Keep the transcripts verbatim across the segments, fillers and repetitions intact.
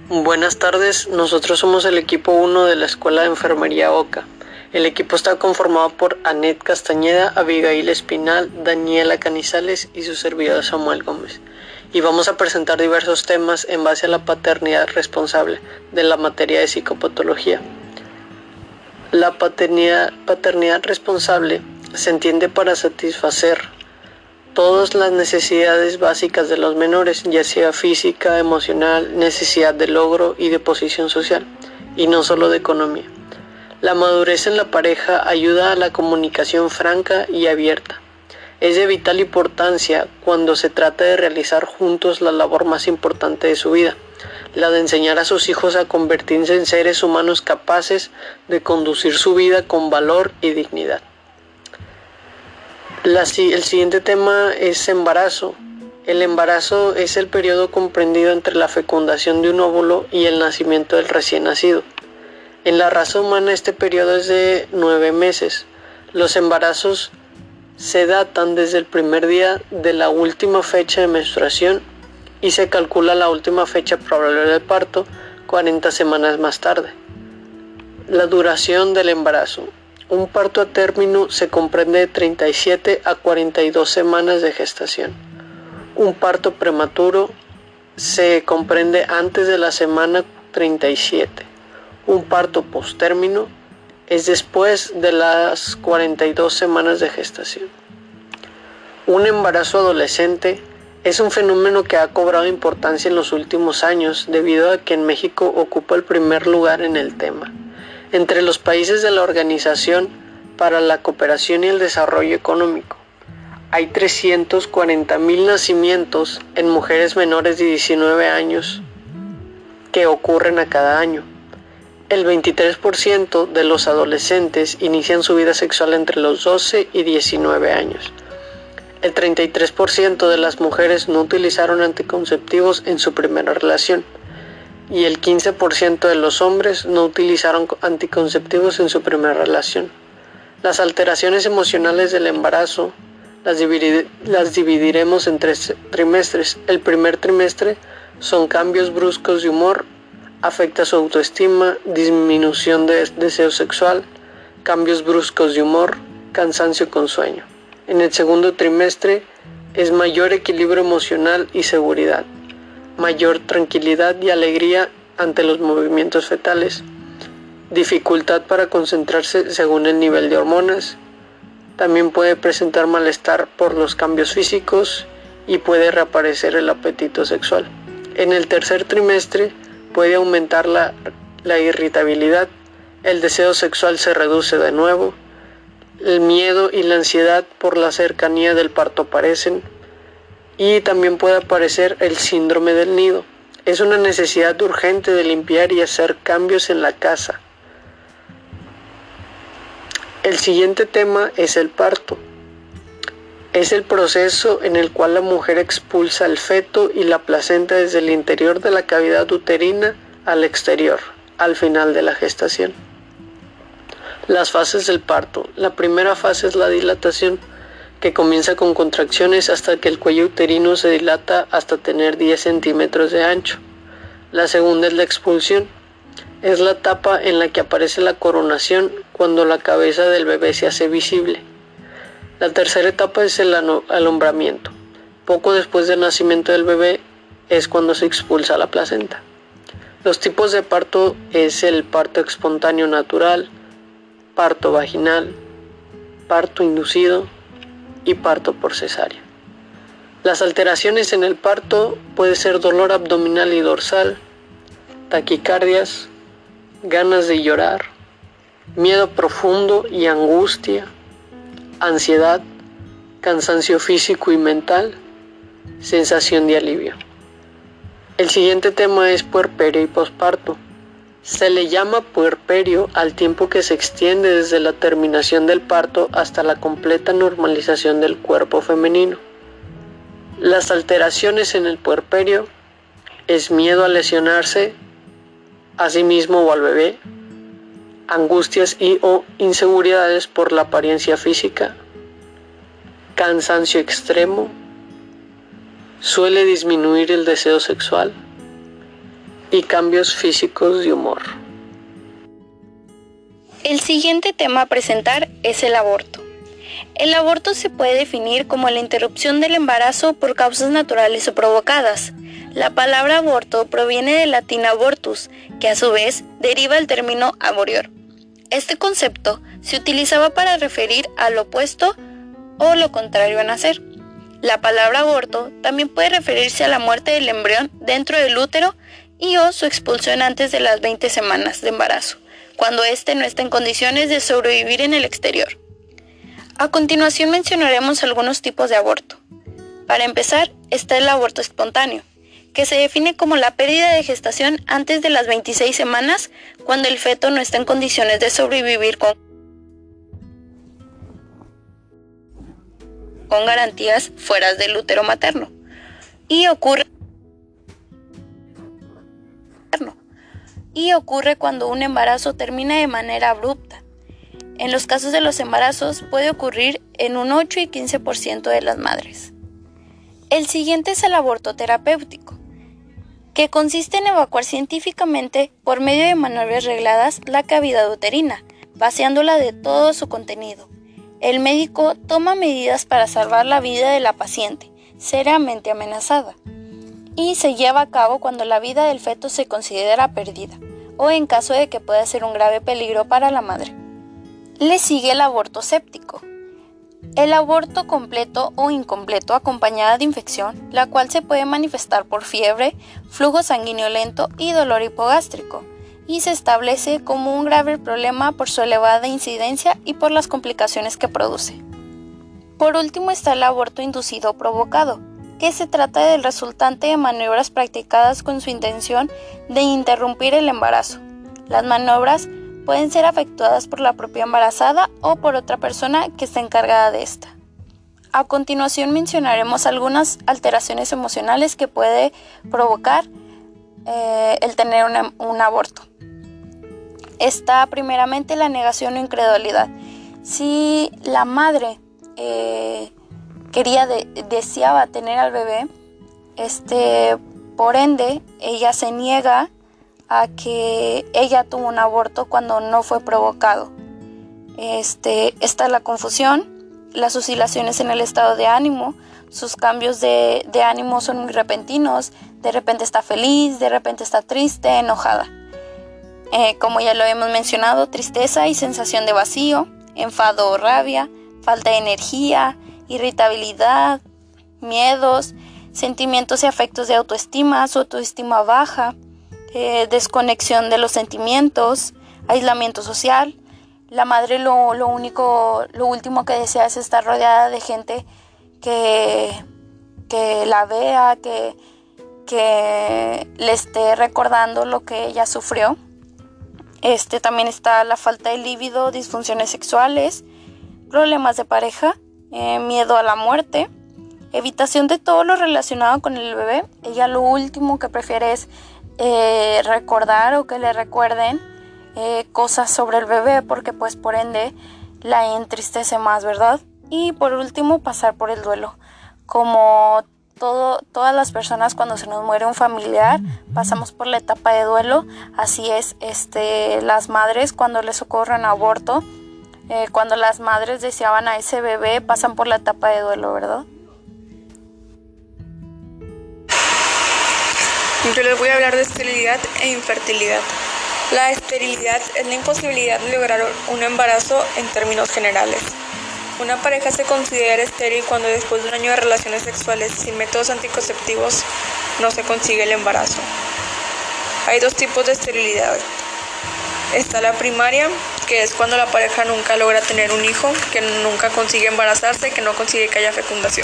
Buenas tardes, nosotros somos el equipo uno de la Escuela de Enfermería OCA. El equipo está conformado por Anet Castañeda, Abigail Espinal, Daniela Canizales y su servidor Samuel Gómez. Y vamos a presentar diversos temas en base a la paternidad responsable de la materia de psicopatología. La paternidad, paternidad responsable se entiende para satisfacer todas las necesidades básicas de los menores, ya sea física, emocional, necesidad de logro y de posición social, y no solo de economía. La madurez en la pareja ayuda a la comunicación franca y abierta. Es de vital importancia cuando se trata de realizar juntos la labor más importante de su vida, la de enseñar a sus hijos a convertirse en seres humanos capaces de conducir su vida con valor y dignidad. La, el siguiente tema es embarazo. El embarazo es el periodo comprendido entre la fecundación de un óvulo y el nacimiento del recién nacido. En la raza humana este periodo es de nueve meses. Los embarazos se datan desde el primer día de la última fecha de menstruación y se calcula la última fecha probable del parto cuarenta semanas más tarde. La duración del embarazo. Un parto a término se comprende de treinta y siete a cuarenta y dos semanas de gestación. Un parto prematuro se comprende antes de la semana treinta y siete. Un parto postérmino es después de las cuarenta y dos semanas de gestación. Un embarazo adolescente es un fenómeno que ha cobrado importancia en los últimos años debido a que en México ocupa el primer lugar en el tema. Entre los países de la Organización para la Cooperación y el Desarrollo Económico, hay trescientos cuarenta mil nacimientos en mujeres menores de diecinueve años que ocurren a cada año. El veintitrés por ciento de los adolescentes inician su vida sexual entre los doce y diecinueve años. El treinta y tres por ciento de las mujeres no utilizaron anticonceptivos en su primera relación. Y el quince por ciento de los hombres no utilizaron anticonceptivos en su primera relación. Las alteraciones emocionales del embarazo las, dividir, las dividiremos en tres trimestres. El primer trimestre son cambios bruscos de humor, afecta su autoestima, disminución de deseo sexual, cambios bruscos de humor, cansancio con sueño. En el segundo trimestre es mayor equilibrio emocional y seguridad, mayor tranquilidad y alegría ante los movimientos fetales, dificultad para concentrarse según el nivel de hormonas, también puede presentar malestar por los cambios físicos y puede reaparecer el apetito sexual. En el tercer trimestre puede aumentar la, la irritabilidad, el deseo sexual se reduce de nuevo, el miedo y la ansiedad por la cercanía del parto aparecen, y también puede aparecer el síndrome del nido. Es una necesidad urgente de limpiar y hacer cambios en la casa. El siguiente tema es el parto. Es el proceso en el cual la mujer expulsa el feto y la placenta desde el interior de la cavidad uterina al exterior, al final de la gestación. Las fases del parto. La primera fase es la dilatación, que comienza con contracciones hasta que el cuello uterino se dilata hasta tener diez centímetros de ancho. La segunda es la expulsión. Es la etapa en la que aparece la coronación cuando la cabeza del bebé se hace visible. La tercera etapa es el alumbramiento. Poco después del nacimiento del bebé es cuando se expulsa la placenta. Los tipos de parto es el parto espontáneo natural, parto vaginal, parto inducido y parto por cesárea. Las alteraciones en el parto puede ser dolor abdominal y dorsal, taquicardias, ganas de llorar, miedo profundo y angustia, ansiedad, cansancio físico y mental, sensación de alivio. El siguiente tema es puerperio y posparto. Se le llama puerperio al tiempo que se extiende desde la terminación del parto hasta la completa normalización del cuerpo femenino. Las alteraciones en el puerperio es miedo a lesionarse a sí mismo o al bebé, angustias y o inseguridades por la apariencia física, cansancio extremo, suele disminuir el deseo sexual, y cambios físicos de humor. El siguiente tema a presentar es el aborto. El aborto se puede definir como la interrupción del embarazo por causas naturales o provocadas. La palabra aborto proviene del latín abortus, que a su vez deriva del término aborior. Este concepto se utilizaba para referir al opuesto o lo contrario a nacer. La palabra aborto también puede referirse a la muerte del embrión dentro del útero y o su expulsión antes de las veinte semanas de embarazo, cuando éste no está en condiciones de sobrevivir en el exterior. A continuación mencionaremos algunos tipos de aborto. Para empezar, está el aborto espontáneo, que se define como la pérdida de gestación antes de las veintiséis semanas, cuando el feto no está en condiciones de sobrevivir con, con garantías fuera del útero materno. Y ocurre, y ocurre cuando un embarazo termina de manera abrupta. En los casos de los embarazos puede ocurrir en un ocho y quince por ciento de las madres. El siguiente es el aborto terapéutico, que consiste en evacuar científicamente, por medio de maniobras regladas, la cavidad uterina, vaciándola de todo su contenido. El médico toma medidas para salvar la vida de la paciente, seriamente amenazada, y se lleva a cabo cuando la vida del feto se considera perdida, o en caso de que pueda ser un grave peligro para la madre. Le sigue el aborto séptico. El aborto completo o incompleto acompañada de infección, la cual se puede manifestar por fiebre, flujo sanguíneo lento y dolor hipogástrico, y se establece como un grave problema por su elevada incidencia y por las complicaciones que produce. Por último está el aborto inducido o provocado, que se trata del resultante de maniobras practicadas con su intención de interrumpir el embarazo. Las maniobras pueden ser efectuadas por la propia embarazada o por otra persona que esté encargada de esta. A continuación mencionaremos algunas alteraciones emocionales que puede provocar eh, el tener una, un aborto. Está primeramente la negación o incredulidad. Si la madre eh, quería de, deseaba tener al bebé, este, por ende ella se niega a que ella tuvo un aborto cuando no fue provocado. Este, está la confusión, las oscilaciones en el estado de ánimo, sus cambios de, de ánimo son muy repentinos, de repente está feliz, de repente está triste, enojada. Eh, como ya lo hemos mencionado, tristeza y sensación de vacío, enfado o rabia, falta de energía, irritabilidad, miedos, sentimientos y afectos de autoestima, su autoestima baja, Eh, desconexión de los sentimientos, aislamiento social. La madre lo, lo único, lo último que desea es estar rodeada de gente que, que la vea, que, que le esté recordando lo que ella sufrió. Este, también está la falta de líbido, disfunciones sexuales, problemas de pareja, eh, miedo a la muerte, evitación de todo lo relacionado con el bebé. Ella lo último que prefiere es Eh, recordar o que le recuerden eh, cosas sobre el bebé, porque pues por ende la entristece más, ¿verdad? Y por último, pasar por el duelo. Como todo, todas las personas, cuando se nos muere un familiar, pasamos por la etapa de duelo. Así es, este, las madres cuando les ocurre un aborto, eh, cuando las madres deseaban a ese bebé, pasan por la etapa de duelo, ¿verdad? Yo les voy a hablar de esterilidad e infertilidad. La esterilidad es la imposibilidad de lograr un embarazo en términos generales. Una pareja se considera estéril cuando después de un año de relaciones sexuales sin métodos anticonceptivos no se consigue el embarazo. Hay dos tipos de esterilidad. Está la primaria, que es cuando la pareja nunca logra tener un hijo, que nunca consigue embarazarse, que no consigue que haya fecundación.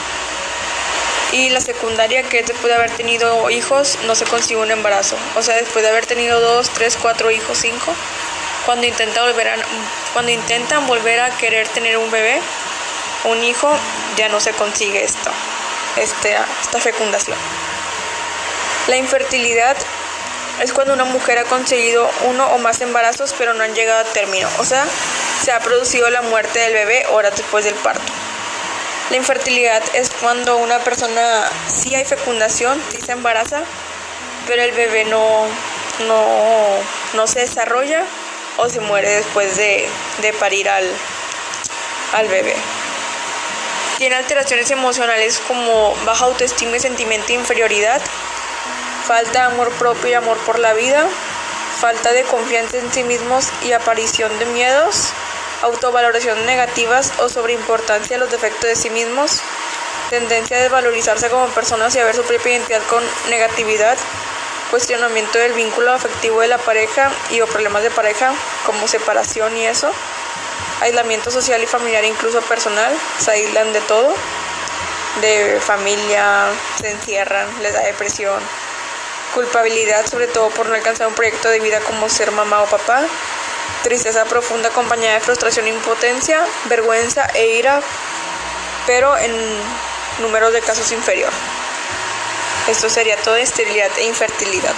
Y la secundaria, que es después de haber tenido hijos, no se consigue un embarazo. O sea, después de haber tenido dos, tres, cuatro hijos, cinco, cuando intenta volver a, cuando intentan volver a querer tener un bebé, un hijo, ya no se consigue esto, este, esta fecundación. La infertilidad es cuando una mujer ha conseguido uno o más embarazos, pero no han llegado a término. O sea, se ha producido la muerte del bebé horas después del parto. La infertilidad es cuando una persona sí hay fecundación, sí se embaraza, pero el bebé no, no, no se desarrolla o se muere después de, de parir al, al bebé. Tiene alteraciones emocionales como baja autoestima y sentimiento de inferioridad, falta de amor propio y amor por la vida, falta de confianza en sí mismos y aparición de miedos, autovaloración negativas o sobreimportancia de los defectos de sí mismos, tendencia a desvalorizarse como personas y a ver su propia identidad con negatividad, cuestionamiento del vínculo afectivo de la pareja y o problemas de pareja como separación y eso, aislamiento social y familiar incluso personal, se aíslan de todo, de familia, se encierran, les da depresión, culpabilidad sobre todo por no alcanzar un proyecto de vida como ser mamá o papá, tristeza profunda acompañada de frustración e impotencia, vergüenza e ira, pero en números de casos inferior. Esto sería todo de esterilidad e infertilidad.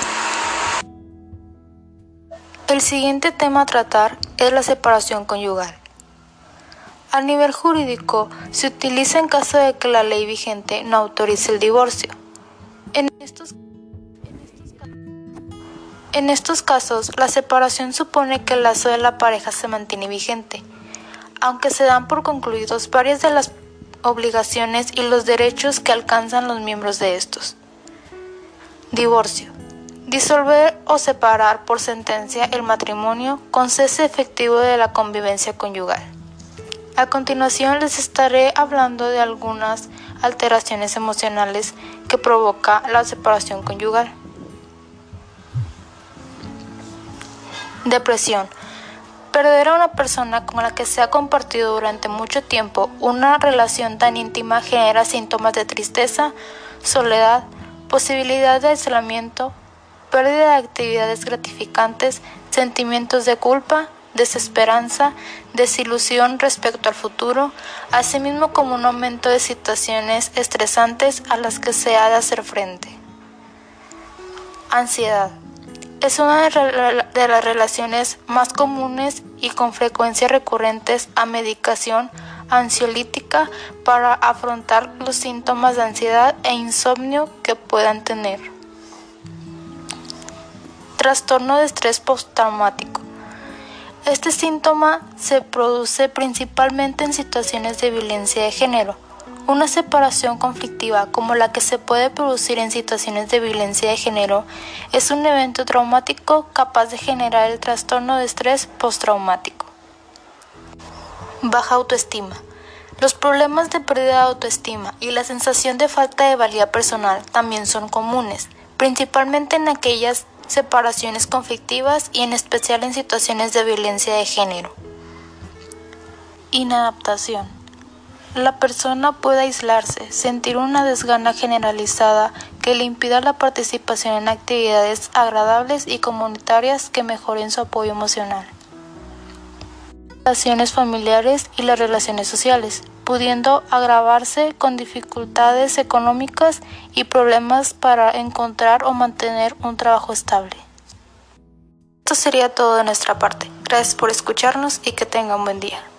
El siguiente tema a tratar es la separación conyugal. A nivel jurídico, se utiliza en caso de que la ley vigente no autorice el divorcio. En estos, en estos casos, la separación supone que el lazo de la pareja se mantiene vigente, aunque se dan por concluidos varias de las obligaciones y los derechos que alcanzan los miembros de estos. Divorcio. Disolver o separar por sentencia el matrimonio con cese efectivo de la convivencia conyugal. A continuación les estaré hablando de algunas alteraciones emocionales que provoca la separación conyugal. Depresión. Perder a una persona con la que se ha compartido durante mucho tiempo una relación tan íntima genera síntomas de tristeza, soledad, posibilidad de aislamiento, pérdida de actividades gratificantes, sentimientos de culpa, desesperanza, desilusión respecto al futuro, asimismo como un aumento de situaciones estresantes a las que se ha de hacer frente. Ansiedad. Es una de las relaciones más comunes y con frecuencia recurrentes a medicación ansiolítica para afrontar los síntomas de ansiedad e insomnio que puedan tener. Trastorno de estrés postraumático. Este síntoma se produce principalmente en situaciones de violencia de género. Una separación conflictiva como la que se puede producir en situaciones de violencia de género es un evento traumático capaz de generar el trastorno de estrés postraumático. Baja autoestima. Los problemas de pérdida de autoestima y la sensación de falta de valía personal también son comunes, principalmente en aquellas separaciones conflictivas y en especial en situaciones de violencia de género. Inadaptación. La persona puede aislarse, sentir una desgana generalizada que le impida la participación en actividades agradables y comunitarias que mejoren su apoyo emocional. Relaciones familiares y las relaciones sociales, pudiendo agravarse con dificultades económicas y problemas para encontrar o mantener un trabajo estable. Esto sería todo de nuestra parte. Gracias por escucharnos y que tengan un buen día.